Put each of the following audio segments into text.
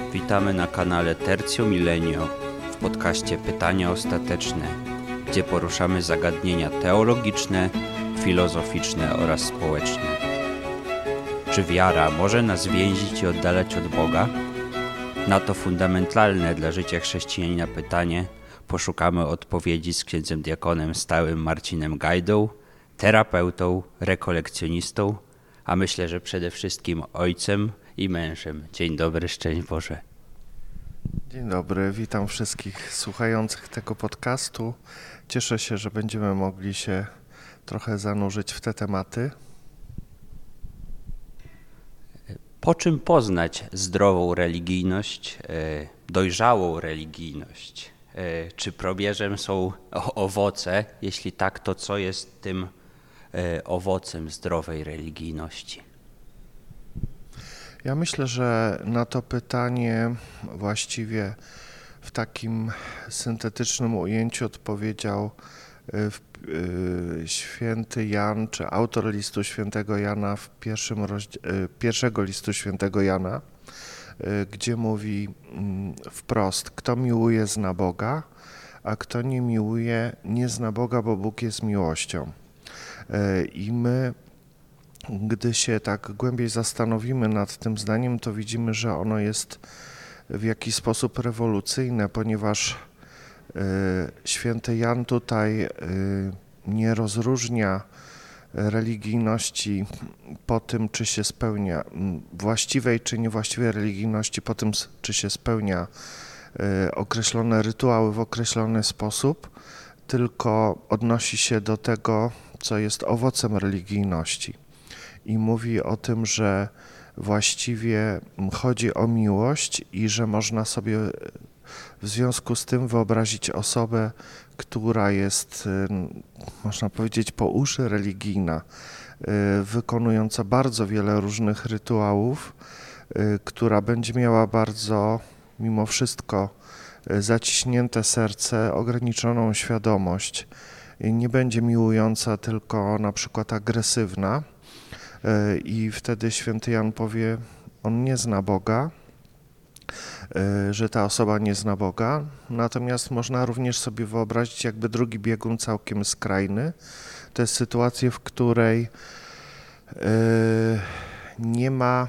Witamy na kanale Tertio Millennio w podcaście Pytania Ostateczne, gdzie poruszamy zagadnienia teologiczne, filozoficzne oraz społeczne. Czy wiara może nas więzić i oddalać od Boga? Na to fundamentalne dla życia chrześcijanina pytanie poszukamy odpowiedzi z księdzem diakonem stałym Marcinem Gajdą, terapeutą, rekolekcjonistą, a myślę, że przede wszystkim ojcem i mężem. Dzień dobry, szczęść Boże. Dzień dobry, witam wszystkich słuchających tego podcastu. Cieszę się, że będziemy mogli się trochę zanurzyć w te tematy. Po czym poznać zdrową religijność, dojrzałą religijność? Czy probierzem są owoce? Jeśli tak, to co jest tym owocem zdrowej religijności? Ja myślę, że na to pytanie właściwie w takim syntetycznym ujęciu odpowiedział święty Jan, czy autor listu świętego Jana w pierwszego listu świętego Jana, gdzie mówi wprost: kto miłuje, zna Boga, a kto nie miłuje, nie zna Boga, bo Bóg jest miłością. I my, gdy się tak głębiej zastanowimy nad tym zdaniem, to widzimy, że ono jest w jakiś sposób rewolucyjne, ponieważ święty Jan tutaj nie rozróżnia religijności po tym, czy się spełnia, właściwej czy niewłaściwej religijności po tym, czy się spełnia określone rytuały w określony sposób, tylko odnosi się do tego, co jest owocem religijności. I mówi o tym, że właściwie chodzi o miłość i że można sobie w związku z tym wyobrazić osobę, która jest, można powiedzieć, po uszy religijna, wykonująca bardzo wiele różnych rytuałów, która będzie miała bardzo, mimo wszystko, zaciśnięte serce, ograniczoną świadomość. Nie będzie miłująca, tylko na przykład agresywna. I wtedy święty Jan powie, on nie zna Boga, że ta osoba nie zna Boga. Natomiast można również sobie wyobrazić jakby drugi biegun całkiem skrajny. To jest sytuacja, w której nie ma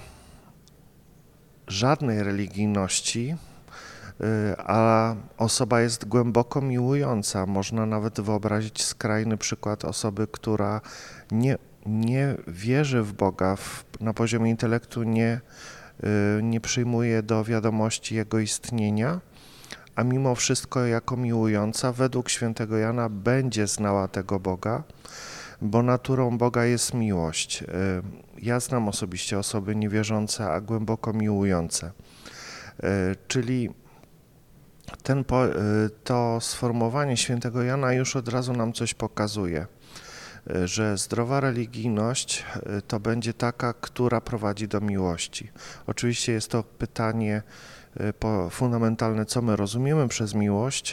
żadnej religijności, a osoba jest głęboko miłująca. Można nawet wyobrazić skrajny przykład osoby, która nie wierzy w Boga, na poziomie intelektu nie przyjmuje do wiadomości Jego istnienia, a mimo wszystko jako miłująca według świętego Jana będzie znała tego Boga, bo naturą Boga jest miłość. Ja znam osobiście osoby niewierzące, a głęboko miłujące. Czyli to sformułowanie świętego Jana już od razu nam coś pokazuje, że zdrowa religijność to będzie taka, która prowadzi do miłości. Oczywiście jest to pytanie fundamentalne, co my rozumiemy przez miłość,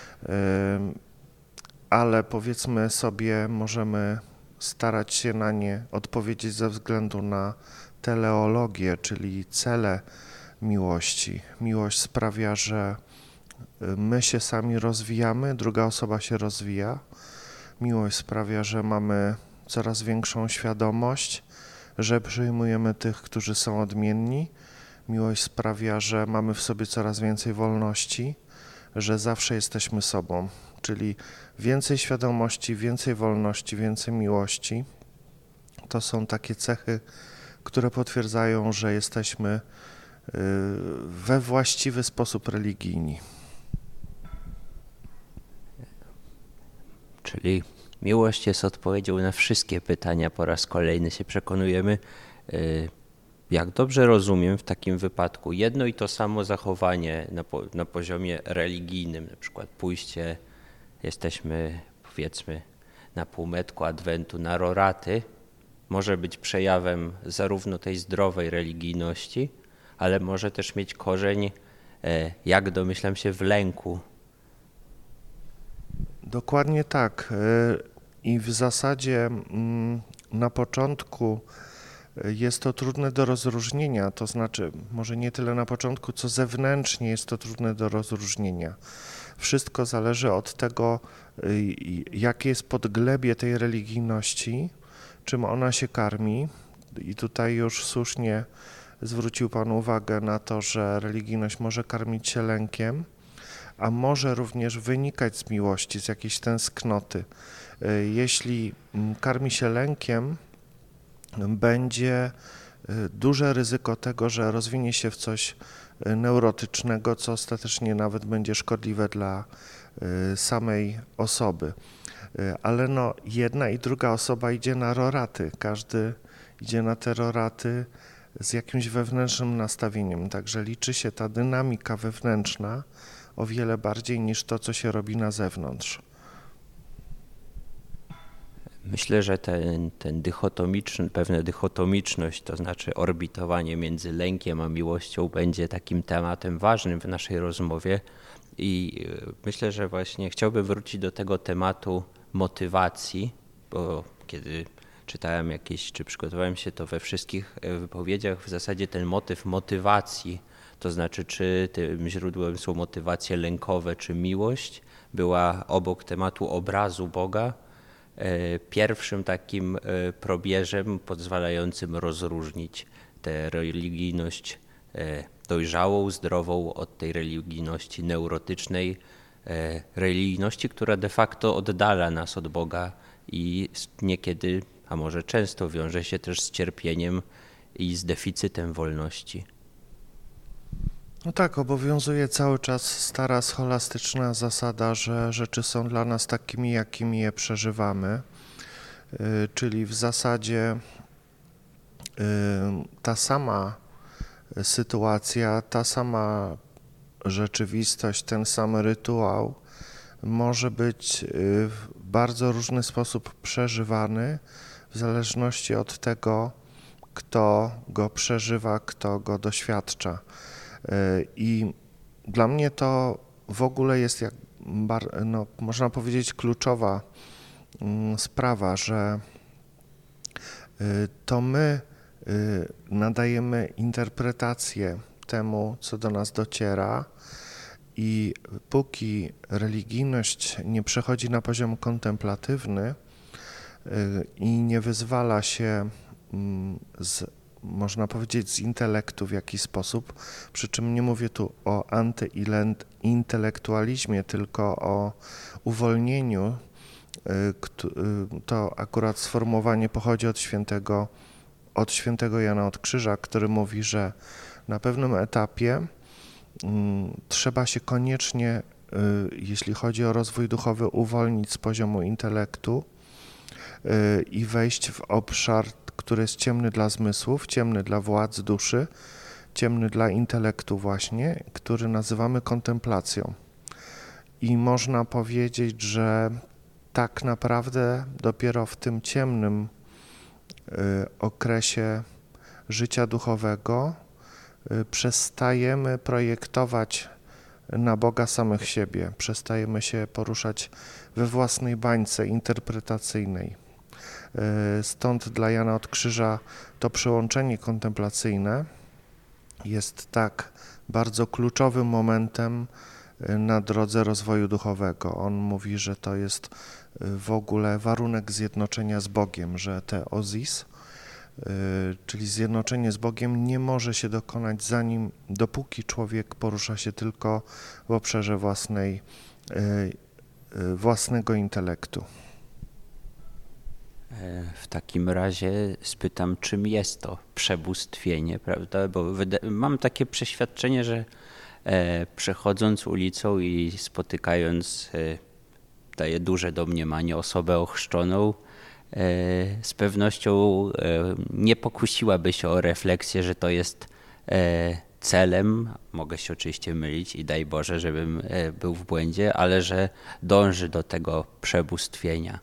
ale powiedzmy sobie, możemy starać się na nie odpowiedzieć ze względu na teleologię, czyli cele miłości. Miłość sprawia, że my się sami rozwijamy, druga osoba się rozwija. Miłość sprawia, że mamy coraz większą świadomość, że przyjmujemy tych, którzy są odmienni. Miłość sprawia, że mamy w sobie coraz więcej wolności, że zawsze jesteśmy sobą, czyli więcej świadomości, więcej wolności, więcej miłości. To są takie cechy, które potwierdzają, że jesteśmy we właściwy sposób religijni. Czyli miłość jest odpowiedzią na wszystkie pytania. Po raz kolejny się przekonujemy. Jak dobrze rozumiem, w takim wypadku jedno i to samo zachowanie na poziomie religijnym, na przykład pójście, jesteśmy powiedzmy na półmetku Adwentu na roraty, może być przejawem zarówno tej zdrowej religijności, ale może też mieć korzeń, jak domyślam się, w lęku. Dokładnie tak. I w zasadzie na początku jest to trudne do rozróżnienia, to znaczy może nie tyle na początku, co zewnętrznie jest to trudne do rozróżnienia. Wszystko zależy od tego, jakie jest podglebie tej religijności, czym ona się karmi. I tutaj już słusznie zwrócił Pan uwagę na to, że religijność może karmić się lękiem, a może również wynikać z miłości, z jakiejś tęsknoty. Jeśli karmi się lękiem, będzie duże ryzyko tego, że rozwinie się w coś neurotycznego, co ostatecznie nawet będzie szkodliwe dla samej osoby. Ale no, jedna i druga osoba idzie na roraty. Każdy idzie na te roraty z jakimś wewnętrznym nastawieniem. Także liczy się ta dynamika wewnętrzna o wiele bardziej niż to, co się robi na zewnątrz. Myślę, że ten pewna dychotomiczność, to znaczy orbitowanie między lękiem a miłością będzie takim tematem ważnym w naszej rozmowie i myślę, że właśnie chciałbym wrócić do tego tematu motywacji, bo kiedy czytałem jakieś, czy przygotowałem się, to we wszystkich wypowiedziach w zasadzie ten motyw motywacji, to znaczy czy tym źródłem są motywacje lękowe, czy miłość, była obok tematu obrazu Boga pierwszym takim probierzem pozwalającym rozróżnić tę religijność dojrzałą, zdrową od tej religijności neurotycznej, religijności, która de facto oddala nas od Boga i niekiedy, a może często wiąże się też z cierpieniem i z deficytem wolności. No tak, obowiązuje cały czas stara scholastyczna zasada, że rzeczy są dla nas takimi, jakimi je przeżywamy, czyli w zasadzie ta sama sytuacja, ta sama rzeczywistość, ten sam rytuał może być w bardzo różny sposób przeżywany w zależności od tego, kto go przeżywa, kto go doświadcza. I dla mnie to w ogóle jest, można powiedzieć, kluczowa sprawa, że to my nadajemy interpretację temu, co do nas dociera i póki religijność nie przechodzi na poziom kontemplatywny i nie wyzwala się można powiedzieć, z intelektu w jakiś sposób, przy czym nie mówię tu o antyintelektualizmie, tylko o uwolnieniu. To akurat sformułowanie pochodzi od świętego Jana od Krzyża, który mówi, że na pewnym etapie trzeba się koniecznie, jeśli chodzi o rozwój duchowy, uwolnić z poziomu intelektu i wejść w obszar, który jest ciemny dla zmysłów, ciemny dla władz duszy, ciemny dla intelektu właśnie, który nazywamy kontemplacją. I można powiedzieć, że tak naprawdę dopiero w tym ciemnym okresie życia duchowego przestajemy projektować na Boga samych siebie, przestajemy się poruszać we własnej bańce interpretacyjnej. Stąd dla Jana od Krzyża to przełączenie kontemplacyjne jest tak bardzo kluczowym momentem na drodze rozwoju duchowego. On mówi, że to jest w ogóle warunek zjednoczenia z Bogiem, że teozis, czyli zjednoczenie z Bogiem, nie może się dokonać dopóki człowiek porusza się tylko w obszarze własnego intelektu. W takim razie spytam, czym jest to przebóstwienie, prawda? Bo mam takie przeświadczenie, że przechodząc ulicą i spotykając, daje duże domniemanie, osobę ochrzczoną, z pewnością nie pokusiłaby się o refleksję, że to jest celem, mogę się oczywiście mylić i daj Boże, żebym był w błędzie, ale że dąży do tego przebóstwienia.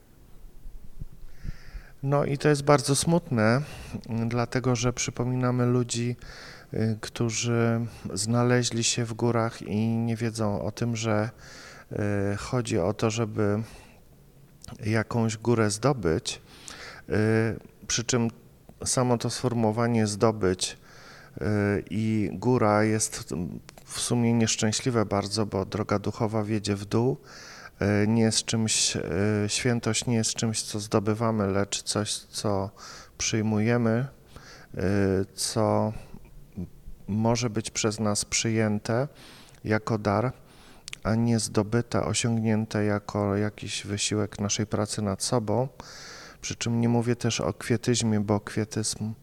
No i to jest bardzo smutne, dlatego że przypominamy ludzi, którzy znaleźli się w górach i nie wiedzą o tym, że chodzi o to, żeby jakąś górę zdobyć, przy czym samo to sformułowanie zdobyć i góra jest w sumie nieszczęśliwe bardzo, bo droga duchowa wiedzie w dół. Nie jest czymś, świętość nie jest czymś, co zdobywamy, lecz coś, co przyjmujemy, co może być przez nas przyjęte jako dar, a nie zdobyte, osiągnięte jako jakiś wysiłek naszej pracy nad sobą. Przy czym nie mówię też o kwietyzmie, bo kwietyzm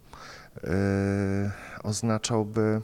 oznaczałby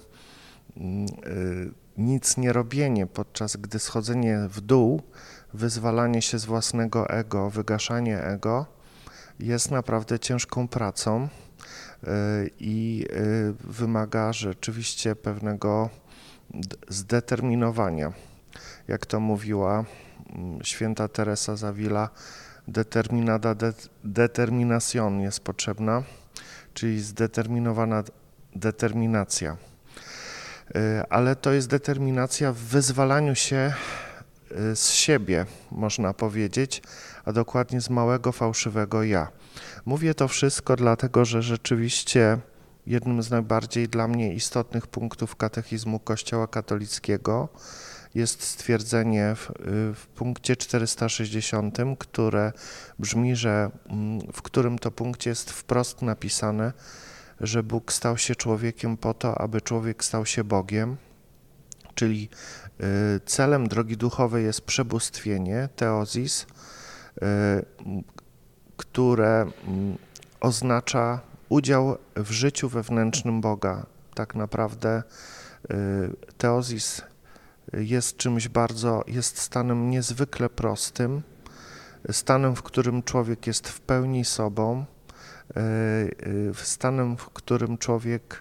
nic nie robienie, podczas gdy schodzenie w dół, wyzwalanie się z własnego ego, wygaszanie ego jest naprawdę ciężką pracą i wymaga rzeczywiście pewnego zdeterminowania. Jak to mówiła święta Teresa z Avila, determinada determinación jest potrzebna, czyli zdeterminowana determinacja. Ale to jest determinacja w wyzwalaniu się z siebie, można powiedzieć, a dokładnie z małego, fałszywego ja. Mówię to wszystko dlatego, że rzeczywiście jednym z najbardziej dla mnie istotnych punktów katechizmu Kościoła katolickiego jest stwierdzenie w punkcie 460, które brzmi, że w którym to punkcie jest wprost napisane, że Bóg stał się człowiekiem po to, aby człowiek stał się Bogiem, czyli celem drogi duchowej jest przebóstwienie, teozis, które oznacza udział w życiu wewnętrznym Boga. Tak naprawdę teozis jest czymś jest stanem niezwykle prostym, stanem, w którym człowiek jest w pełni sobą, stanem, w którym człowiek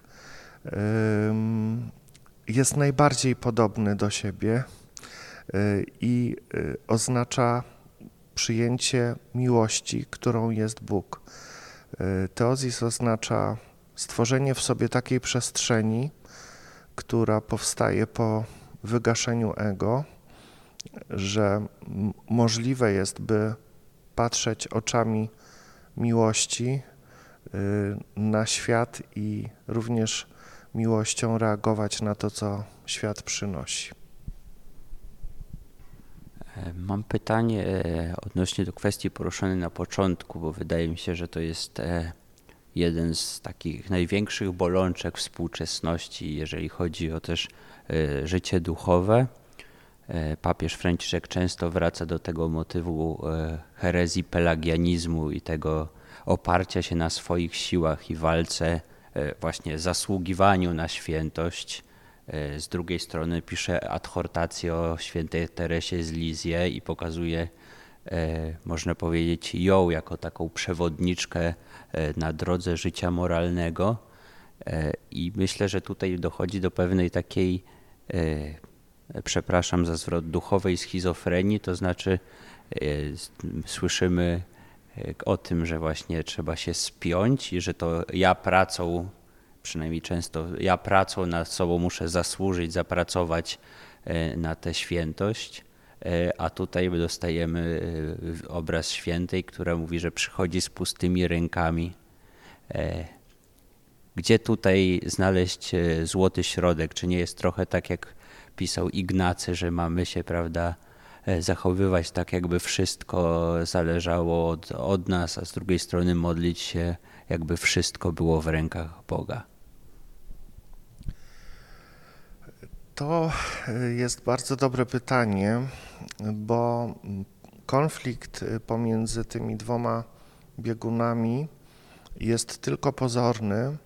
jest najbardziej podobny do siebie i oznacza przyjęcie miłości, którą jest Bóg. Teozis oznacza stworzenie w sobie takiej przestrzeni, która powstaje po wygaszeniu ego, że możliwe jest, by patrzeć oczami miłości na świat i również miłością reagować na to, co świat przynosi. Mam pytanie odnośnie do kwestii poruszonej na początku, bo wydaje mi się, że to jest jeden z takich największych bolączek współczesności, jeżeli chodzi o też życie duchowe. Papież Franciszek często wraca do tego motywu herezji pelagianizmu i tego oparcia się na swoich siłach i walce, właśnie zasługiwaniu na świętość. Z drugiej strony pisze adhortację o świętej Teresie z Lizie i pokazuje, można powiedzieć, ją jako taką przewodniczkę na drodze życia moralnego. I myślę, że tutaj dochodzi do pewnej takiej, przepraszam za zwrot, duchowej schizofrenii, to znaczy słyszymy o tym, że właśnie trzeba się spiąć i że to ja pracą, przynajmniej często ja pracą nad sobą muszę zasłużyć, zapracować na tę świętość, a tutaj dostajemy obraz świętej, która mówi, że przychodzi z pustymi rękami. Gdzie tutaj znaleźć złoty środek? Czy nie jest trochę tak, jak pisał Ignacy, że mamy się, prawda, zachowywać tak, jakby wszystko zależało od nas, a z drugiej strony modlić się, jakby wszystko było w rękach Boga? To jest bardzo dobre pytanie, bo konflikt pomiędzy tymi dwoma biegunami jest tylko pozorny.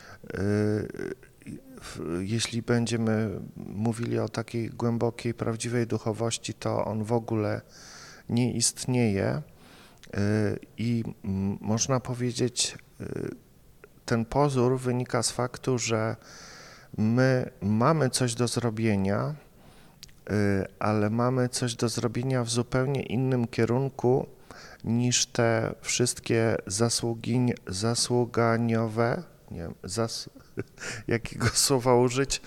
Jeśli będziemy mówili o takiej głębokiej, prawdziwej duchowości, to on w ogóle nie istnieje i można powiedzieć, ten pozór wynika z faktu, że my mamy coś do zrobienia, ale mamy coś do zrobienia w zupełnie innym kierunku niż te wszystkie zasługaniowe, nie wiem, jakiego słowa użyć,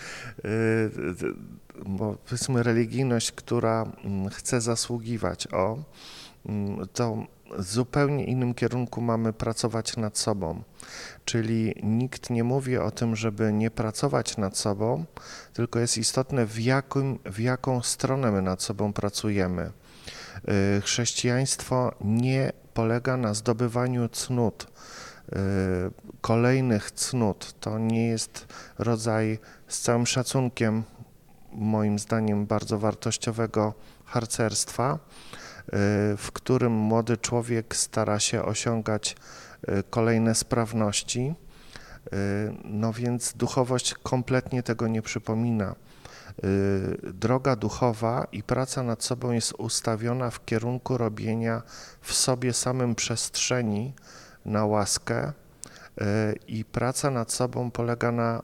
bo powiedzmy religijność, która chce zasługiwać. To w zupełnie innym kierunku mamy pracować nad sobą. Czyli nikt nie mówi o tym, żeby nie pracować nad sobą, tylko jest istotne, w jaką stronę my nad sobą pracujemy. Chrześcijaństwo nie polega na zdobywaniu cnót, kolejnych cnót. To nie jest rodzaj, z całym szacunkiem, moim zdaniem bardzo wartościowego harcerstwa, w którym młody człowiek stara się osiągać kolejne sprawności. No więc duchowość kompletnie tego nie przypomina. Droga duchowa i praca nad sobą jest ustawiona w kierunku robienia w sobie samym przestrzeni na łaskę i praca nad sobą polega na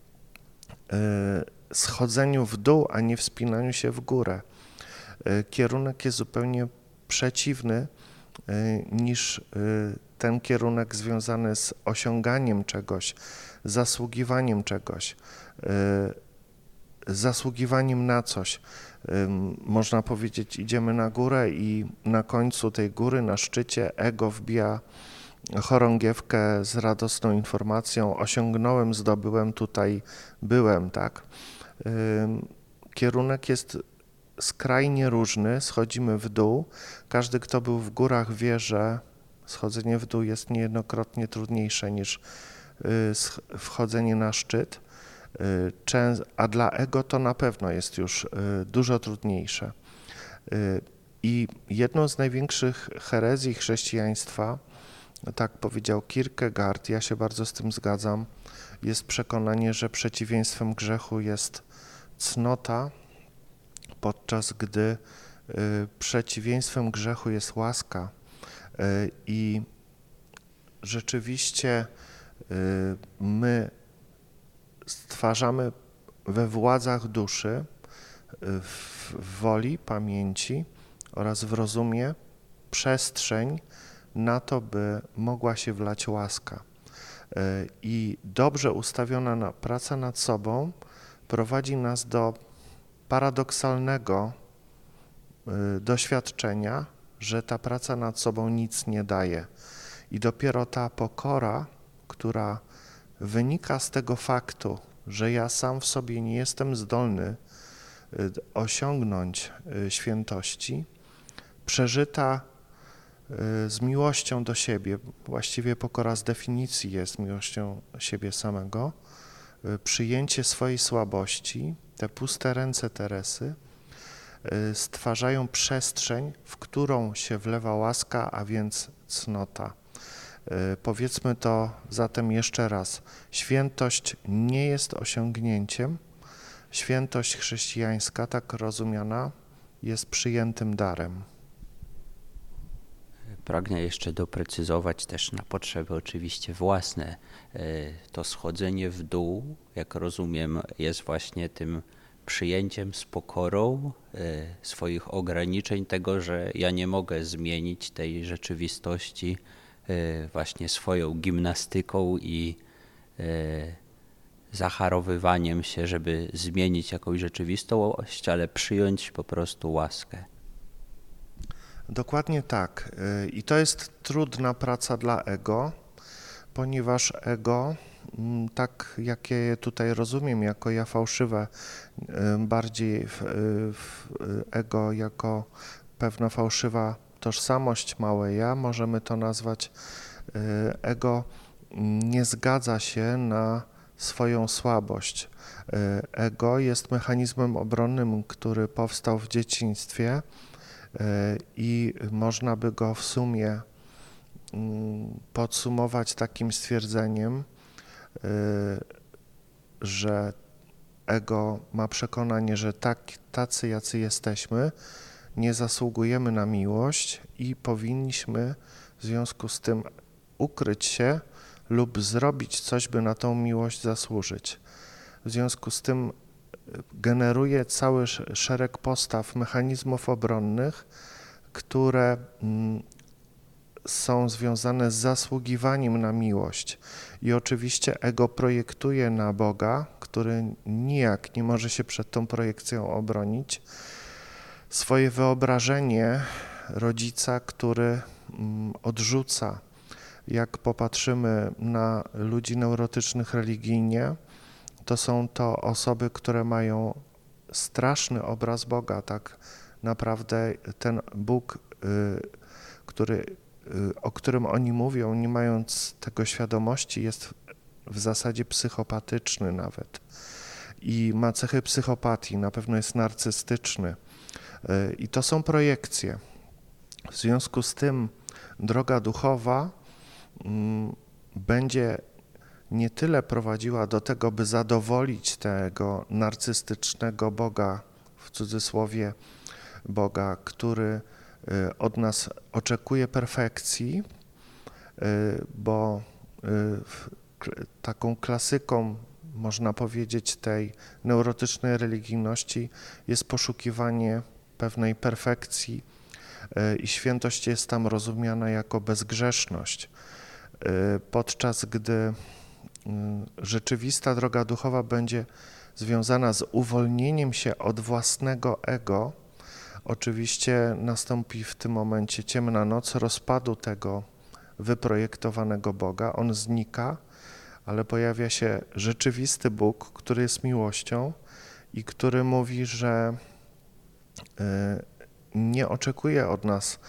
schodzeniu w dół, a nie wspinaniu się w górę. Kierunek jest zupełnie przeciwny niż ten kierunek związany z osiąganiem czegoś, zasługiwaniem czegoś, zasługiwaniem na coś. Można powiedzieć, idziemy na górę i na końcu tej góry, na szczycie, ego wbija chorągiewkę z radosną informacją: osiągnąłem, zdobyłem, tutaj byłem, tak? Kierunek jest skrajnie różny, schodzimy w dół. Każdy, kto był w górach, wie, że schodzenie w dół jest niejednokrotnie trudniejsze niż wchodzenie na szczyt, a dla ego to na pewno jest już dużo trudniejsze. I jedną z największych herezji chrześcijaństwa, tak powiedział Kierkegaard, ja się bardzo z tym zgadzam, jest przekonanie, że przeciwieństwem grzechu jest cnota, podczas gdy przeciwieństwem grzechu jest łaska. I rzeczywiście my stwarzamy we władzach duszy, w woli, pamięci oraz w rozumie przestrzeń na to, by mogła się wlać łaska. I dobrze ustawiona praca nad sobą prowadzi nas do paradoksalnego doświadczenia, że ta praca nad sobą nic nie daje. I dopiero ta pokora, która wynika z tego faktu, że ja sam w sobie nie jestem zdolny osiągnąć świętości, przeżyta z miłością do siebie, właściwie pokora z definicji jest miłością siebie samego, przyjęcie swojej słabości, te puste ręce Teresy stwarzają przestrzeń, w którą się wlewa łaska, a więc cnota. Powiedzmy to zatem jeszcze raz. Świętość nie jest osiągnięciem. Świętość chrześcijańska, tak rozumiana, jest przyjętym darem. Pragnę jeszcze doprecyzować też na potrzeby oczywiście własne. To schodzenie w dół, jak rozumiem, jest właśnie tym przyjęciem z pokorą swoich ograniczeń, tego, że ja nie mogę zmienić tej rzeczywistości właśnie swoją gimnastyką i zacharowywaniem się, żeby zmienić jakąś rzeczywistość, ale przyjąć po prostu łaskę. Dokładnie tak. I to jest trudna praca dla ego, ponieważ ego, tak jak je tutaj rozumiem, jako ja fałszywe, bardziej ego jako pewna fałszywa tożsamość, małe ja, możemy to nazwać, ego nie zgadza się na swoją słabość. Ego jest mechanizmem obronnym, który powstał w dzieciństwie i można by go w sumie podsumować takim stwierdzeniem, że ego ma przekonanie, że tacy jacy jesteśmy, nie zasługujemy na miłość i powinniśmy w związku z tym ukryć się lub zrobić coś, by na tą miłość zasłużyć. W związku z tym generuje cały szereg postaw, mechanizmów obronnych, które są związane z zasługiwaniem na miłość. I oczywiście ego projektuje na Boga, który nijak nie może się przed tą projekcją obronić, swoje wyobrażenie rodzica, który odrzuca. Jak popatrzymy na ludzi neurotycznych religijnie, to są to osoby, które mają straszny obraz Boga. Tak naprawdę ten Bóg, o którym oni mówią, nie mając tego świadomości, jest w zasadzie psychopatyczny nawet i ma cechy psychopatii, na pewno jest narcystyczny. I to są projekcje. W związku z tym droga duchowa będzie nie tyle prowadziła do tego, by zadowolić tego narcystycznego Boga, w cudzysłowie Boga, który od nas oczekuje perfekcji, bo taką klasyką, można powiedzieć, tej neurotycznej religijności jest poszukiwanie pewnej perfekcji i świętość jest tam rozumiana jako bezgrzeszność, podczas gdy rzeczywista droga duchowa będzie związana z uwolnieniem się od własnego ego. Oczywiście nastąpi w tym momencie ciemna noc rozpadu tego wyprojektowanego Boga. On znika, ale pojawia się rzeczywisty Bóg, który jest miłością i który mówi, że nie oczekuje od nas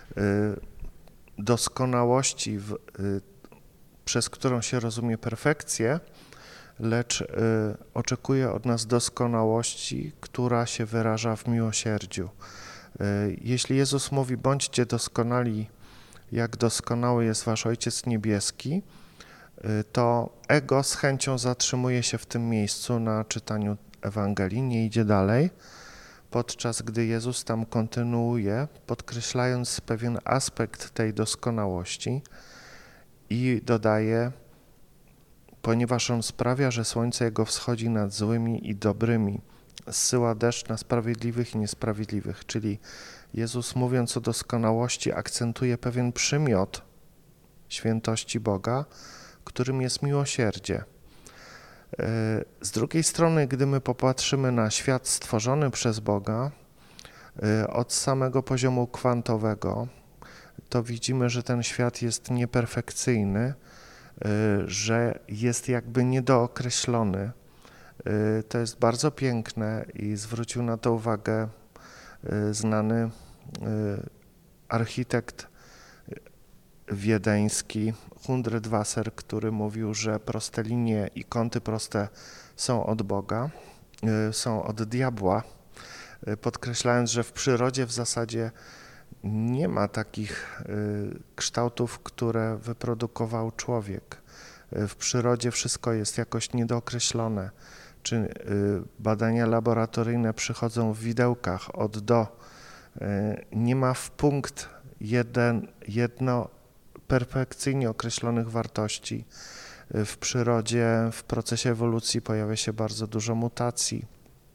doskonałości, przez którą się rozumie perfekcję, lecz oczekuje od nas doskonałości, która się wyraża w miłosierdziu. Jeśli Jezus mówi, bądźcie doskonali, jak doskonały jest wasz Ojciec Niebieski, to ego z chęcią zatrzymuje się w tym miejscu na czytaniu Ewangelii, nie idzie dalej, podczas gdy Jezus tam kontynuuje, podkreślając pewien aspekt tej doskonałości i dodaje, ponieważ On sprawia, że słońce Jego wschodzi nad złymi i dobrymi, zsyła deszcz na sprawiedliwych i niesprawiedliwych, czyli Jezus, mówiąc o doskonałości, akcentuje pewien przymiot świętości Boga, którym jest miłosierdzie. Z drugiej strony, gdy my popatrzymy na świat stworzony przez Boga, od samego poziomu kwantowego, to widzimy, że ten świat jest nieperfekcyjny, że jest jakby niedookreślony. To jest bardzo piękne i zwrócił na to uwagę znany architekt wiedeński Hundred Wasser, który mówił, że proste linie i kąty proste są od Boga, są od diabła, podkreślając, że w przyrodzie w zasadzie nie ma takich kształtów, które wyprodukował człowiek. W przyrodzie wszystko jest jakoś niedookreślone. Czy badania laboratoryjne przychodzą w widełkach od do. Nie ma w punkt jedno perfekcyjnie określonych wartości. W przyrodzie, w procesie ewolucji pojawia się bardzo dużo mutacji.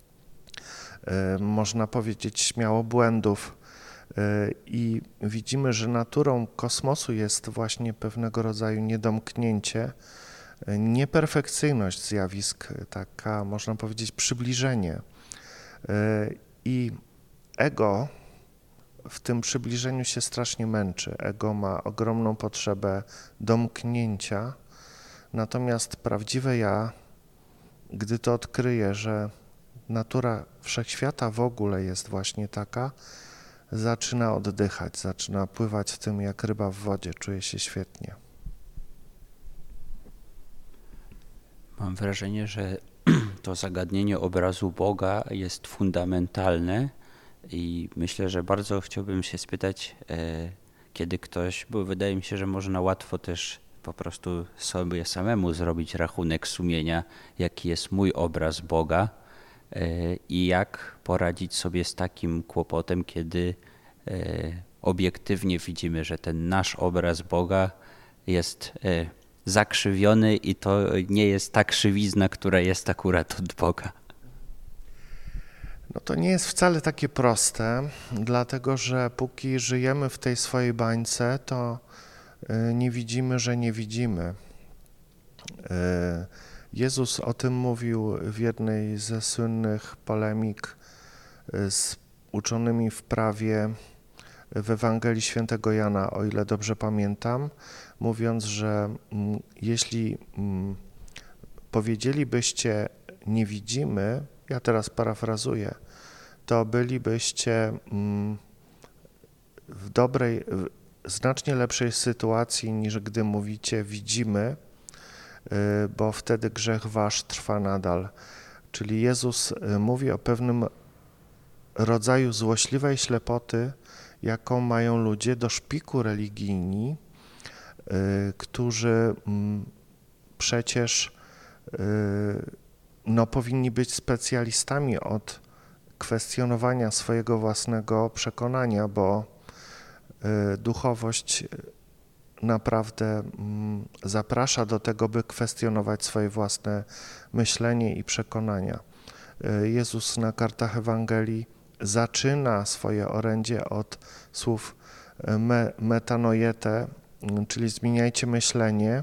Można powiedzieć śmiało błędów. I widzimy, że naturą kosmosu jest właśnie pewnego rodzaju niedomknięcie, nieperfekcyjność zjawisk, taka można powiedzieć przybliżenie. I ego w tym przybliżeniu się strasznie męczy. Ego ma ogromną potrzebę domknięcia, natomiast prawdziwe ja, gdy to odkryje, że natura wszechświata w ogóle jest właśnie taka, zaczyna oddychać, zaczyna pływać w tym jak ryba w wodzie, czuje się świetnie. Mam wrażenie, że to zagadnienie obrazu Boga jest fundamentalne i myślę, że bardzo chciałbym się spytać, kiedy ktoś, bo wydaje mi się, że można łatwo też po prostu sobie samemu zrobić rachunek sumienia, jaki jest mój obraz Boga i jak poradzić sobie z takim kłopotem, kiedy obiektywnie widzimy, że ten nasz obraz Boga jest zakrzywiony i to nie jest ta krzywizna, która jest akurat od Boga. No to nie jest wcale takie proste, dlatego że póki żyjemy w tej swojej bańce, to nie widzimy, że nie widzimy. Jezus o tym mówił w jednej ze słynnych polemik z uczonymi w prawie w Ewangelii Świętego Jana, o ile dobrze pamiętam, mówiąc, że jeśli powiedzielibyście nie widzimy, ja teraz parafrazuję, to bylibyście w znacznie lepszej sytuacji niż gdy mówicie widzimy, bo wtedy grzech wasz trwa nadal. Czyli Jezus mówi o pewnym rodzaju złośliwej ślepoty, jaką mają ludzie do szpiku religijni, którzy przecież powinni być specjalistami od kwestionowania swojego własnego przekonania, bo duchowość naprawdę zaprasza do tego, by kwestionować swoje własne myślenie i przekonania. Jezus na kartach Ewangelii zaczyna swoje orędzie od słów metanoiete, czyli zmieniajcie myślenie.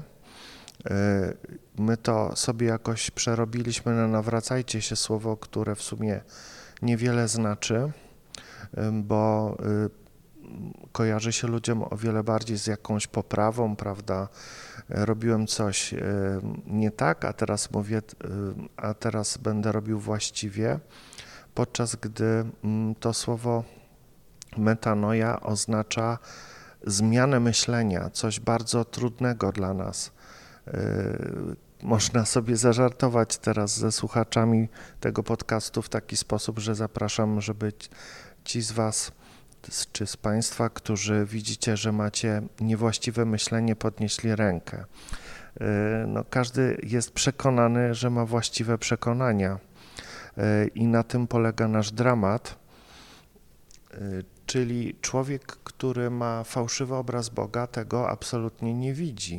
My to sobie jakoś przerobiliśmy na nawracajcie się, słowo, które w sumie niewiele znaczy, bo kojarzy się ludziom o wiele bardziej z jakąś poprawą, prawda? Robiłem coś nie tak, a teraz będę robił właściwie, podczas gdy to słowo metanoia oznacza zmianę myślenia, coś bardzo trudnego dla nas. Można sobie zażartować teraz ze słuchaczami tego podcastu w taki sposób, że zapraszam, żeby ci z was czy z państwa, którzy widzicie, że macie niewłaściwe myślenie, podnieśli rękę. Każdy jest przekonany, że ma właściwe przekonania i na tym polega nasz dramat, czyli człowiek, który ma fałszywy obraz Boga, tego absolutnie nie widzi.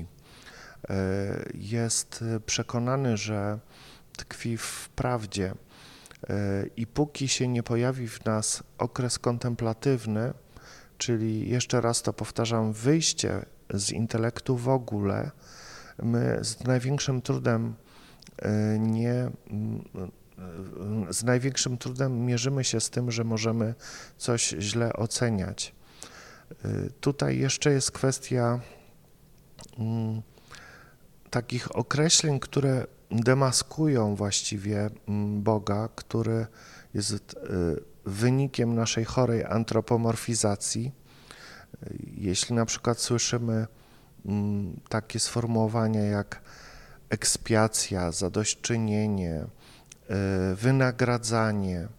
Jest przekonany, że tkwi w prawdzie i póki się nie pojawi w nas okres kontemplatywny, czyli jeszcze raz to powtarzam, wyjście z intelektu w ogóle, my z największym trudem mierzymy się z tym, że możemy coś źle oceniać. Tutaj jeszcze jest kwestia takich określeń, które demaskują właściwie Boga, który jest wynikiem naszej chorej antropomorfizacji. Jeśli na przykład słyszymy takie sformułowania jak ekspiacja, zadośćczynienie, wynagradzanie,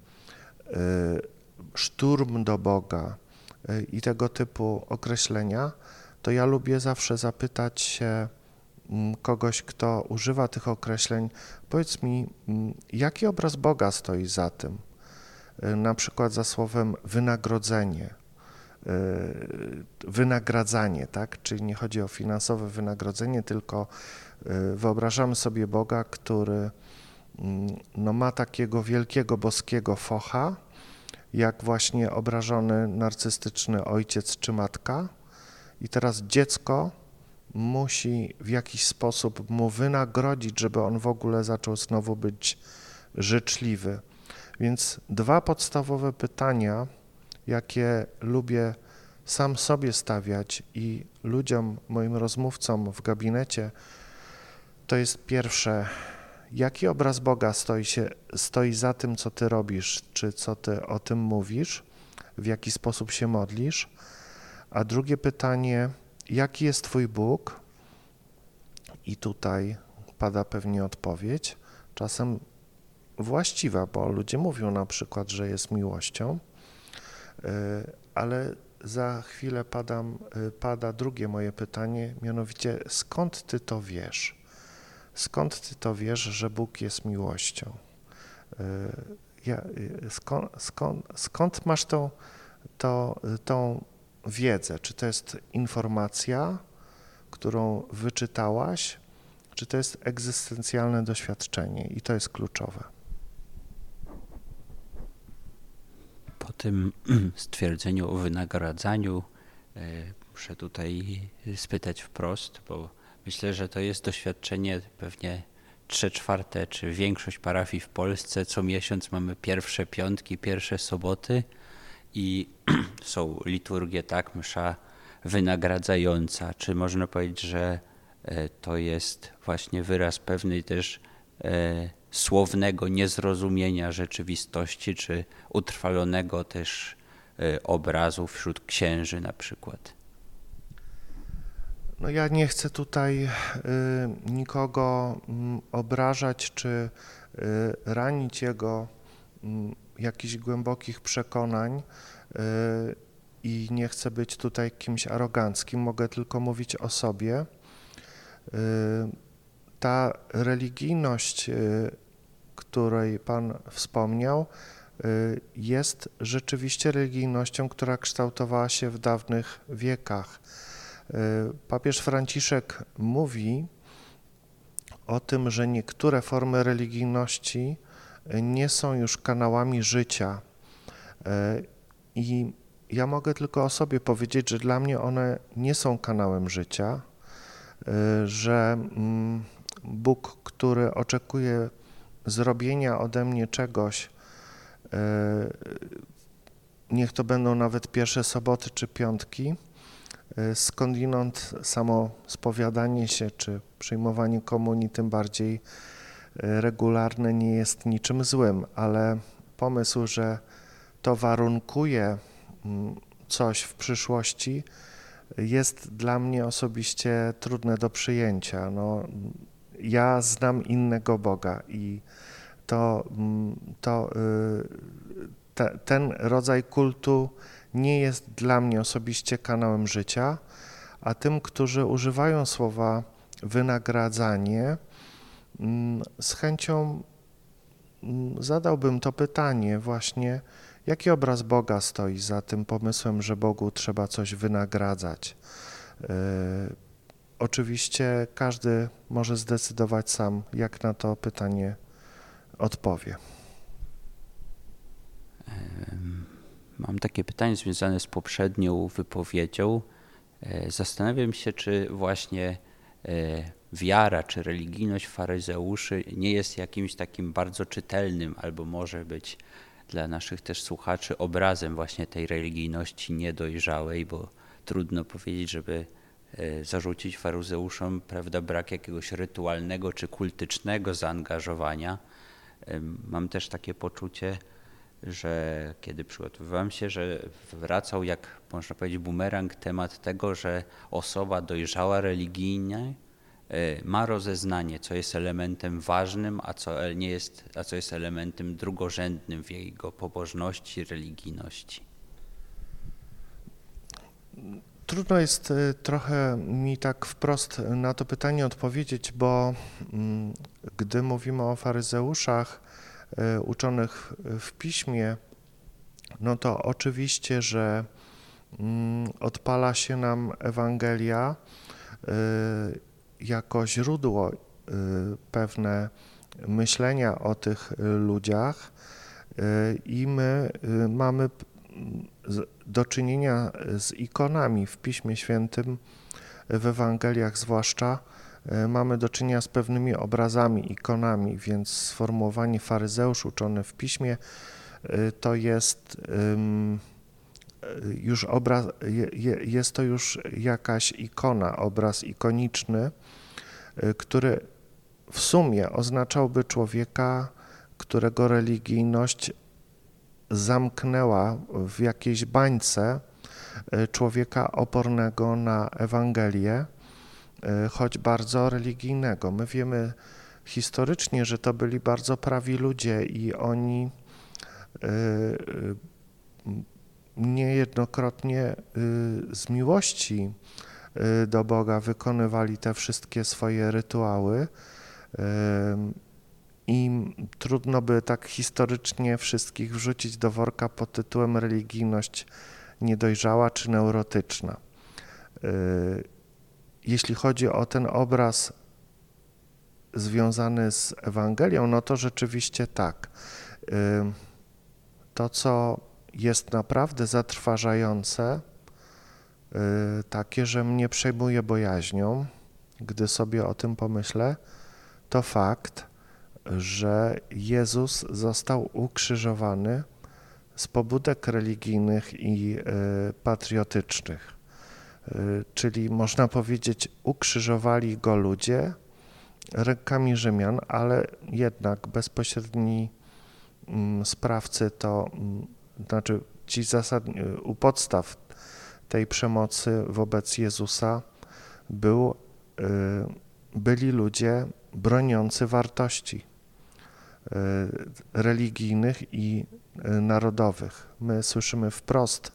szturm do Boga i tego typu określenia, to ja lubię zawsze zapytać się kogoś, kto używa tych określeń, powiedz mi, jaki obraz Boga stoi za tym? Na przykład za słowem wynagrodzenie, wynagradzanie, tak? Czyli nie chodzi o finansowe wynagrodzenie, tylko wyobrażamy sobie Boga, który ma takiego wielkiego boskiego focha, jak właśnie obrażony narcystyczny ojciec czy matka, i teraz dziecko musi w jakiś sposób mu wynagrodzić, żeby on w ogóle zaczął znowu być życzliwy. Więc dwa podstawowe pytania, jakie lubię sam sobie stawiać i ludziom, moim rozmówcom w gabinecie, to jest pierwsze, jaki obraz Boga stoi za tym, co ty robisz, czy co ty o tym mówisz, w jaki sposób się modlisz, a drugie pytanie, jaki jest twój Bóg? I tutaj pada pewnie odpowiedź, czasem właściwa, bo ludzie mówią na przykład, że jest miłością, ale za chwilę pada drugie moje pytanie, mianowicie skąd ty to wiesz? Skąd ty to wiesz, że Bóg jest miłością? Skąd masz tą wiedzę? Czy to jest informacja, którą wyczytałaś, czy to jest egzystencjalne doświadczenie? I to jest kluczowe. Po tym stwierdzeniu o wynagradzaniu muszę tutaj spytać wprost, bo myślę, że to jest doświadczenie pewnie 3/4 czy większość parafii w Polsce. Co miesiąc mamy pierwsze piątki, pierwsze soboty i są liturgie, tak, msza wynagradzająca. Czy można powiedzieć, że to jest właśnie wyraz pewnej też słownego niezrozumienia rzeczywistości, czy utrwalonego też obrazu wśród księży na przykład? No ja nie chcę tutaj nikogo obrażać czy ranić jego jakichś głębokich przekonań i nie chcę być tutaj kimś aroganckim, mogę tylko mówić o sobie. Ta religijność, której Pan wspomniał, jest rzeczywiście religijnością, która kształtowała się w dawnych wiekach. Papież Franciszek mówi o tym, że niektóre formy religijności nie są już kanałami życia. I ja mogę tylko o sobie powiedzieć, że dla mnie one nie są kanałem życia, że Bóg, który oczekuje zrobienia ode mnie czegoś, niech to będą nawet pierwsze soboty czy piątki, skądinąd samo spowiadanie się czy przyjmowanie komunii, tym bardziej regularne, nie jest niczym złym, ale pomysł, że to warunkuje coś w przyszłości, jest dla mnie osobiście trudne do przyjęcia. No, ja znam innego Boga i ten rodzaj kultu nie jest dla mnie osobiście kanałem życia, a tym, którzy używają słowa wynagradzanie, z chęcią zadałbym to pytanie właśnie, jaki obraz Boga stoi za tym pomysłem, że Bogu trzeba coś wynagradzać. Oczywiście każdy może zdecydować sam, jak na to pytanie odpowie. Mam takie pytanie związane z poprzednią wypowiedzią. Zastanawiam się, czy właśnie wiara czy religijność faryzeuszy nie jest jakimś takim bardzo czytelnym, albo może być dla naszych też słuchaczy obrazem właśnie tej religijności niedojrzałej, bo trudno powiedzieć, żeby zarzucić faryzeuszom, prawda, brak jakiegoś rytualnego czy kultycznego zaangażowania. Mam też takie poczucie, że kiedy przygotowywałem się, że wracał, jak można powiedzieć, bumerang, temat tego, że osoba dojrzała religijnie ma rozeznanie, co jest elementem ważnym, a co jest elementem drugorzędnym w jego pobożności, religijności. Trudno jest trochę mi tak wprost na to pytanie odpowiedzieć, bo gdy mówimy o faryzeuszach uczonych w piśmie, no to oczywiście, że odpala się nam Ewangelia jako źródło pewne myślenia o tych ludziach i my mamy do czynienia z ikonami w Piśmie Świętym, w Ewangeliach zwłaszcza, mamy do czynienia z pewnymi obrazami, ikonami, więc sformułowanie faryzeusz uczony w Piśmie to jest już obraz, jest to już jakaś ikona, obraz ikoniczny, który w sumie oznaczałby człowieka, którego religijność zamknęła w jakiejś bańce, człowieka opornego na Ewangelię, choć bardzo religijnego. My wiemy historycznie, że to byli bardzo prawi ludzie i oni niejednokrotnie z miłości do Boga wykonywali te wszystkie swoje rytuały i trudno by tak historycznie wszystkich wrzucić do worka pod tytułem religijność niedojrzała czy neurotyczna. Jeśli chodzi o ten obraz związany z Ewangelią, no to rzeczywiście tak. To, co jest naprawdę zatrważające, takie, że mnie przejmuje bojaźnią, gdy sobie o tym pomyślę, to fakt, że Jezus został ukrzyżowany z pobudek religijnych i patriotycznych. Czyli można powiedzieć, ukrzyżowali go ludzie rękami Rzymian, ale jednak bezpośredni sprawcy to, znaczy ci u podstaw tej przemocy wobec Jezusa byli ludzie broniący wartości religijnych i narodowych. My słyszymy wprost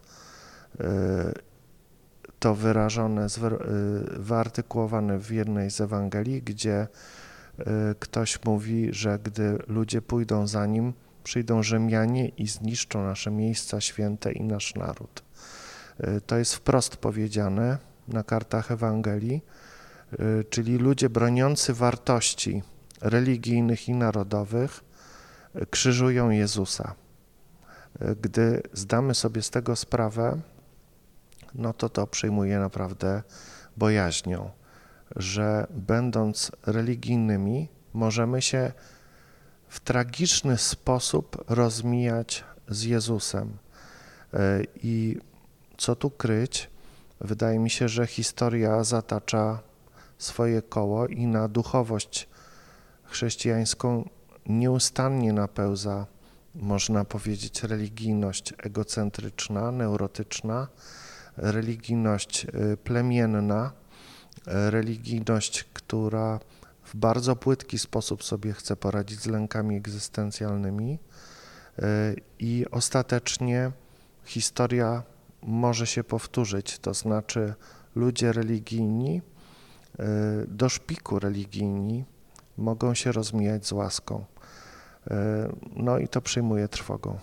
to wyrażone, wyartykułowane w jednej z Ewangelii, gdzie ktoś mówi, że gdy ludzie pójdą za nim, przyjdą Rzymianie i zniszczą nasze miejsca święte i nasz naród. To jest wprost powiedziane na kartach Ewangelii, czyli ludzie broniący wartości religijnych i narodowych krzyżują Jezusa. Gdy zdamy sobie z tego sprawę, no to przyjmuje naprawdę bojaźnią, że będąc religijnymi możemy się w tragiczny sposób rozmijać z Jezusem. I co tu kryć? Wydaje mi się, że historia zatacza swoje koło i na duchowość chrześcijańską nieustannie napełza, można powiedzieć, religijność egocentryczna, neurotyczna, religijność plemienna, religijność, która w bardzo płytki sposób sobie chce poradzić z lękami egzystencjalnymi i ostatecznie historia może się powtórzyć, to znaczy ludzie religijni, do szpiku religijni mogą się rozmijać z łaską. No i to przyjmuje trwogą.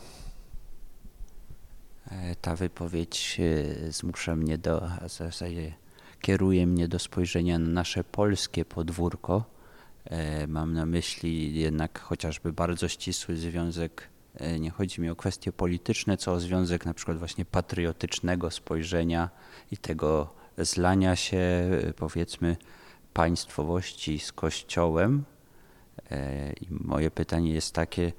Ta wypowiedź zmusza mnie a w zasadzie kieruje mnie do spojrzenia na nasze polskie podwórko. Mam na myśli jednak chociażby bardzo ścisły związek, nie chodzi mi o kwestie polityczne, co o związek na przykład właśnie patriotycznego spojrzenia i tego zlania się, powiedzmy, państwowości z Kościołem. I moje pytanie jest takie,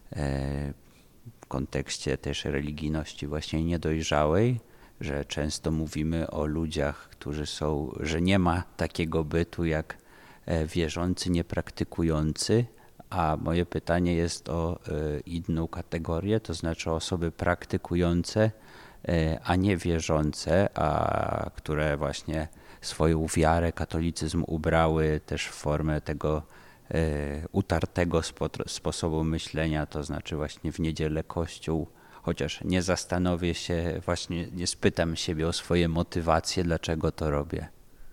w kontekście też religijności właśnie niedojrzałej, że często mówimy o ludziach, którzy są, że nie ma takiego bytu jak wierzący, niepraktykujący, a moje pytanie jest o inną kategorię, to znaczy osoby praktykujące, a nie wierzące, a które właśnie swoją wiarę, katolicyzm ubrały też w formę tego utartego sposobu myślenia, to znaczy właśnie w niedzielę Kościół, chociaż nie zastanowię się, właśnie nie spytam siebie o swoje motywacje, dlaczego to robię.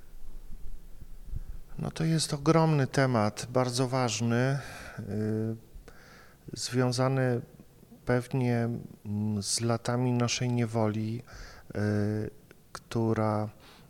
No to jest ogromny temat, bardzo ważny, związany pewnie z latami naszej niewoli, która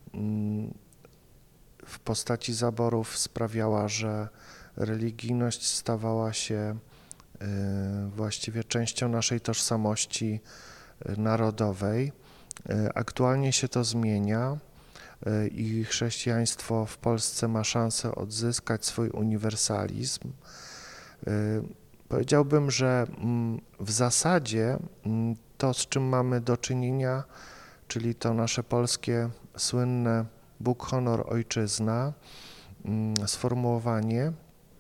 w postaci zaborów sprawiała, że religijność stawała się właściwie częścią naszej tożsamości narodowej. Aktualnie się to zmienia i chrześcijaństwo w Polsce ma szansę odzyskać swój uniwersalizm. Powiedziałbym, że w zasadzie to, z czym mamy do czynienia, czyli to nasze polskie słynne Bóg, honor, ojczyzna, sformułowanie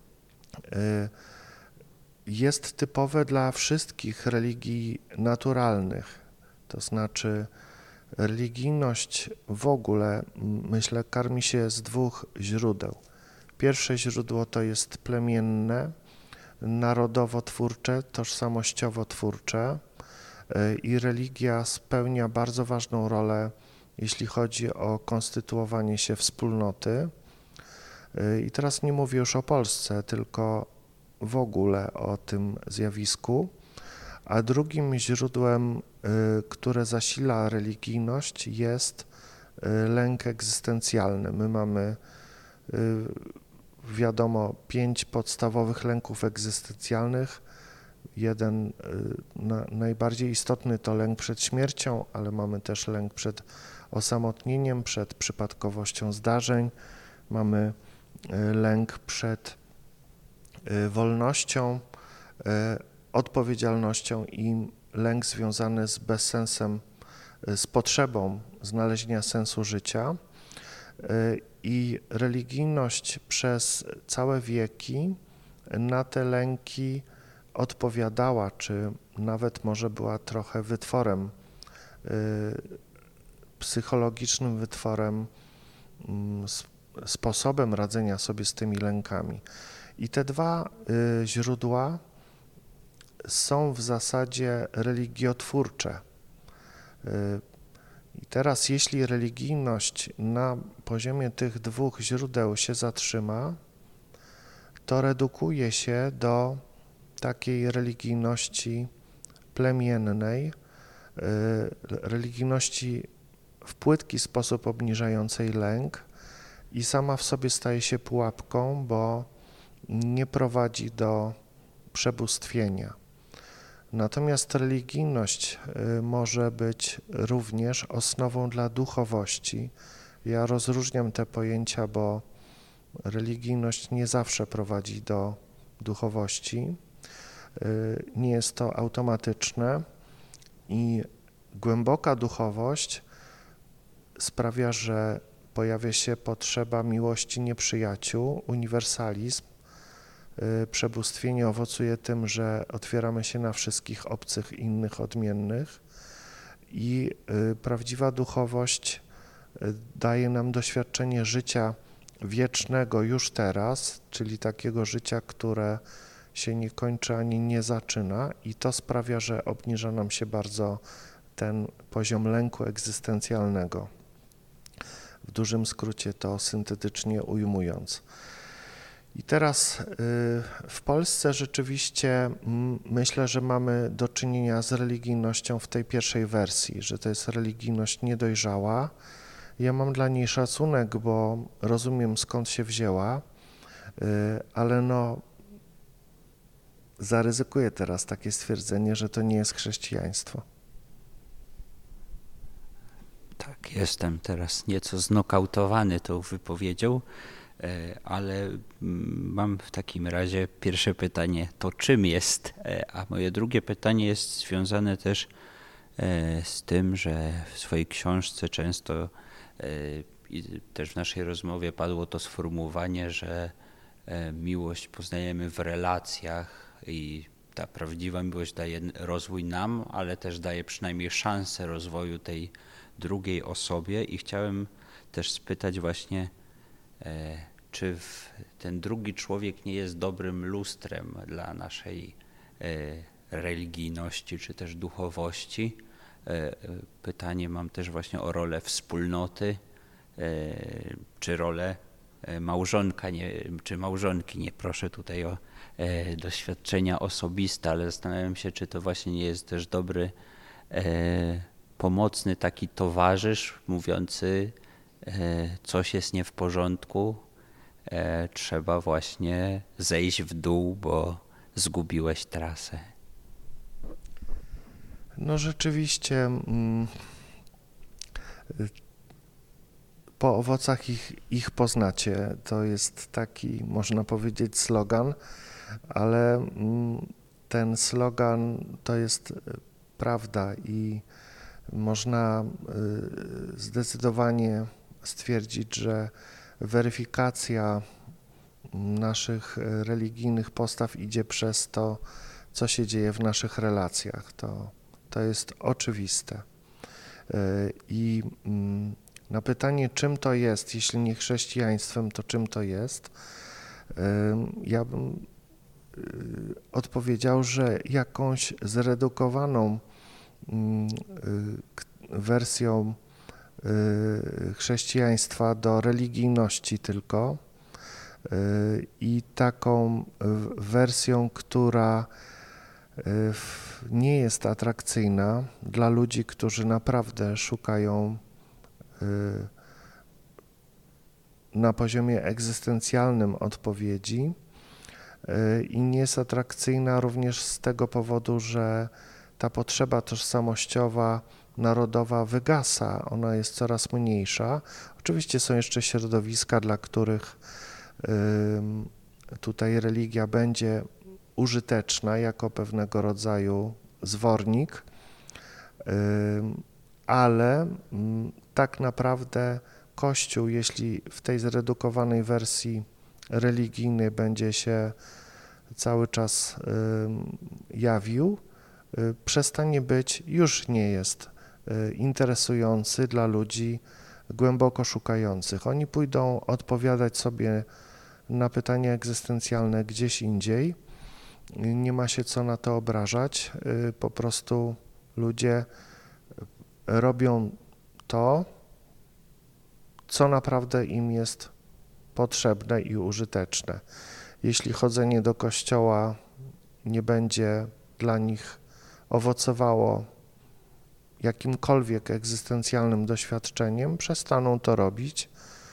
jest typowe dla wszystkich religii naturalnych, to znaczy religijność w ogóle, myślę, karmi się z dwóch źródeł. Pierwsze źródło to jest plemienne, narodowo-twórcze, tożsamościowo-twórcze i religia spełnia bardzo ważną rolę, jeśli chodzi o konstytuowanie się wspólnoty. I teraz nie mówię już o Polsce, tylko w ogóle o tym zjawisku. A drugim źródłem, które zasila religijność, jest lęk egzystencjalny. My mamy, wiadomo, 5 podstawowych lęków egzystencjalnych. Jeden najbardziej istotny to lęk przed śmiercią, ale mamy też lęk przed osamotnieniem, przed przypadkowością zdarzeń. Mamy lęk przed wolnością, odpowiedzialnością lęk związany z bezsensem, z potrzebą znalezienia sensu życia. I religijność przez całe wieki na te lęki odpowiadała, czy nawet może była trochę wytworem, psychologicznym wytworem, sposobem radzenia sobie z tymi lękami. I te dwa źródła są w zasadzie religiotwórcze. I teraz, jeśli religijność na poziomie tych dwóch źródeł się zatrzyma, to redukuje się do takiej religijności plemiennej, religijności w płytki sposób obniżającej lęk i sama w sobie staje się pułapką, bo nie prowadzi do przebóstwienia. Natomiast religijność może być również osnową dla duchowości. Ja rozróżniam te pojęcia, bo religijność nie zawsze prowadzi do duchowości. Nie jest to automatyczne i głęboka duchowość sprawia, że pojawia się potrzeba miłości nieprzyjaciół, uniwersalizm. Przebóstwienie owocuje tym, że otwieramy się na wszystkich obcych, innych, odmiennych i prawdziwa duchowość daje nam doświadczenie życia wiecznego już teraz, czyli takiego życia, które się nie kończy ani nie zaczyna i to sprawia, że obniża nam się bardzo ten poziom lęku egzystencjalnego. W dużym skrócie to syntetycznie ujmując. I teraz w Polsce rzeczywiście myślę, że mamy do czynienia z religijnością w tej pierwszej wersji, że to jest religijność niedojrzała. Ja mam dla niej szacunek, bo rozumiem, skąd się wzięła, ale zaryzykuję teraz takie stwierdzenie, że to nie jest chrześcijaństwo. Tak, jestem teraz nieco znokautowany tą wypowiedzią, ale mam w takim razie pierwsze pytanie, to czym jest? A moje drugie pytanie jest związane też z tym, że w swojej książce często i też w naszej rozmowie padło to sformułowanie, że miłość poznajemy w relacjach i ta prawdziwa miłość daje rozwój nam, ale też daje przynajmniej szansę rozwoju tej drugiej osobie i chciałem też spytać właśnie, czy ten drugi człowiek nie jest dobrym lustrem dla naszej religijności czy też duchowości. Pytanie mam też właśnie o rolę wspólnoty, czy rolę małżonka, czy małżonki. Nie proszę tutaj o doświadczenia osobiste, ale zastanawiam się, czy to właśnie nie jest też dobry, pomocny taki towarzysz mówiący, coś jest nie w porządku, trzeba właśnie zejść w dół, bo zgubiłeś trasę. No rzeczywiście po owocach ich poznacie. To jest taki, można powiedzieć, slogan, ale ten slogan to jest prawda i można zdecydowanie stwierdzić, że weryfikacja naszych religijnych postaw idzie przez to, co się dzieje w naszych relacjach. To jest oczywiste. I na pytanie, czym to jest, jeśli nie chrześcijaństwem, to czym to jest, ja bym odpowiedział, że jakąś zredukowaną wersją chrześcijaństwa do religijności tylko i taką wersją, która nie jest atrakcyjna dla ludzi, którzy naprawdę szukają na poziomie egzystencjalnym odpowiedzi i nie jest atrakcyjna również z tego powodu, że ta potrzeba tożsamościowa, narodowa wygasa, ona jest coraz mniejsza. Oczywiście są jeszcze środowiska, dla których tutaj religia będzie użyteczna jako pewnego rodzaju zwornik, ale tak naprawdę Kościół, jeśli w tej zredukowanej wersji religijnej będzie się cały czas jawił, przestanie być, już nie jest interesujący dla ludzi głęboko szukających. Oni pójdą odpowiadać sobie na pytania egzystencjalne gdzieś indziej. Nie ma się co na to obrażać. Po prostu ludzie robią to, co naprawdę im jest potrzebne i użyteczne. Jeśli chodzenie do kościoła nie będzie dla nich owocowało jakimkolwiek egzystencjalnym doświadczeniem, przestaną to robić,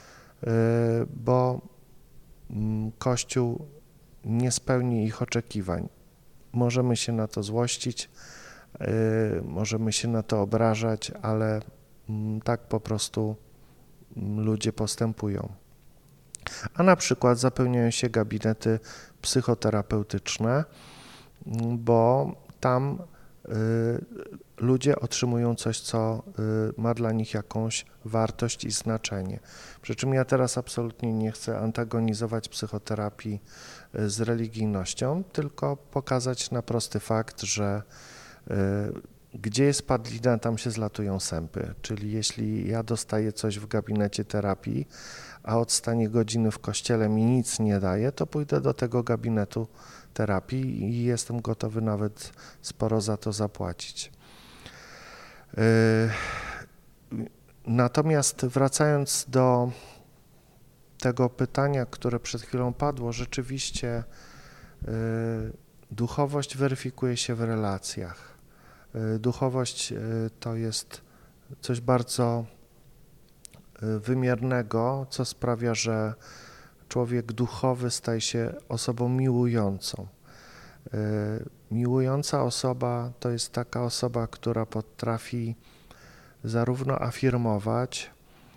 bo Kościół nie spełni ich oczekiwań. Możemy się na to złościć, możemy się na to obrażać, ale tak po prostu ludzie postępują. A na przykład zapełniają się gabinety psychoterapeutyczne, bo tam ludzie otrzymują coś, co ma dla nich jakąś wartość i znaczenie. Przy czym ja teraz absolutnie nie chcę antagonizować psychoterapii z religijnością, tylko pokazać na prosty fakt, że gdzie jest padlina, tam się zlatują sępy. Czyli jeśli ja dostaję coś w gabinecie terapii, a odstanie godziny w kościele mi nic nie daje, to pójdę do tego gabinetu terapii i jestem gotowy nawet sporo za to zapłacić. Natomiast wracając do tego pytania, które przed chwilą padło, rzeczywiście duchowość weryfikuje się w relacjach. Duchowość to jest coś bardzo wymiernego, co sprawia, że człowiek duchowy staje się osobą miłującą. Miłująca osoba to jest taka osoba, która potrafi zarówno afirmować,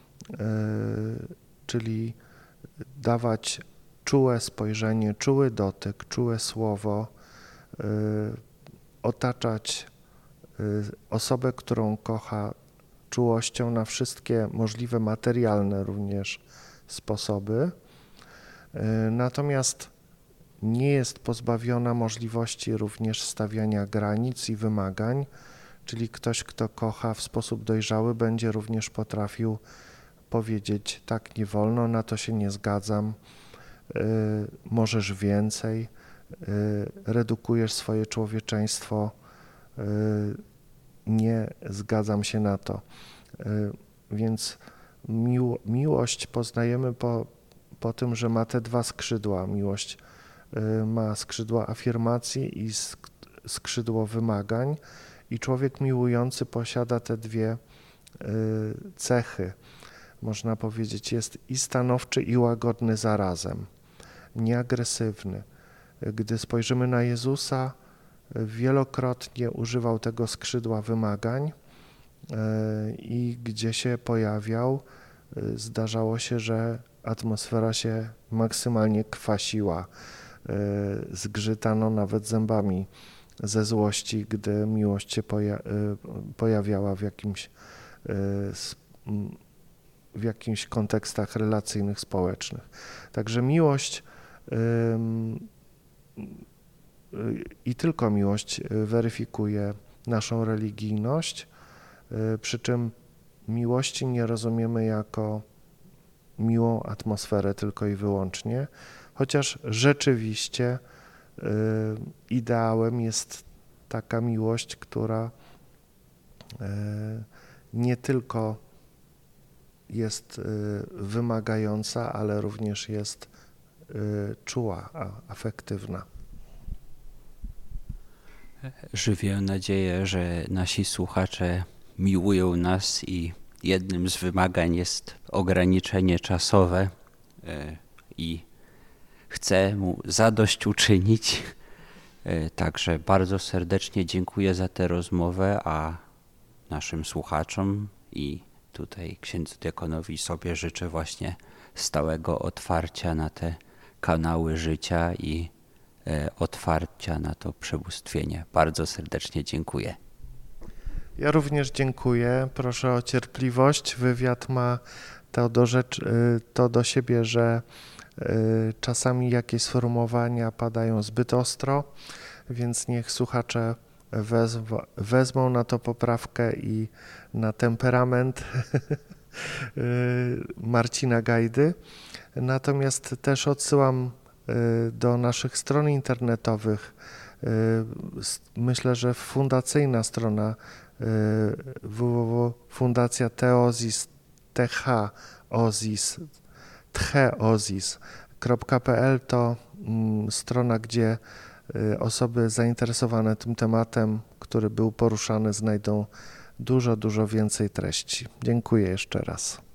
czyli dawać czułe spojrzenie, czuły dotyk, czułe słowo, otaczać osobę, którą kocha, czułością na wszystkie możliwe materialne również sposoby. Natomiast nie jest pozbawiona możliwości również stawiania granic i wymagań, czyli ktoś, kto kocha w sposób dojrzały, będzie również potrafił powiedzieć: tak, nie wolno, na to się nie zgadzam, możesz więcej, redukujesz swoje człowieczeństwo, nie zgadzam się na to. Więc miłość poznajemy po tym, że ma te dwa skrzydła. Miłość ma skrzydła afirmacji i skrzydło wymagań i człowiek miłujący posiada te dwie cechy. Można powiedzieć, jest i stanowczy, i łagodny zarazem, nieagresywny. Gdy spojrzymy na Jezusa, wielokrotnie używał tego skrzydła wymagań i gdzie się pojawiał, zdarzało się, że atmosfera się maksymalnie kwasiła. Zgrzytano nawet zębami ze złości, gdy miłość się pojawiała w jakimś kontekstach relacyjnych, społecznych. Także miłość i tylko miłość weryfikuje naszą religijność, przy czym miłości nie rozumiemy jako miłą atmosferę tylko i wyłącznie, chociaż rzeczywiście ideałem jest taka miłość, która nie tylko jest wymagająca, ale również jest czuła, afektywna. Żywię nadzieję, że nasi słuchacze miłują nas i jednym z wymagań jest ograniczenie czasowe i chcę mu zadośćuczynić. Także bardzo serdecznie dziękuję za tę rozmowę, a naszym słuchaczom i tutaj księdzu diakonowi sobie życzę właśnie stałego otwarcia na te kanały życia i otwarcia na to przebóstwienie. Bardzo serdecznie dziękuję. Ja również dziękuję. Proszę o cierpliwość. Wywiad ma to do siebie, że czasami jakieś sformułowania padają zbyt ostro, więc niech słuchacze wezmą na to poprawkę i na temperament Marcina Gajdy. Natomiast też odsyłam do naszych stron internetowych. Myślę, że fundacyjna strona www.fundacja.theozis.pl to strona, gdzie osoby zainteresowane tym tematem, który był poruszany, znajdą dużo więcej treści. Dziękuję jeszcze raz.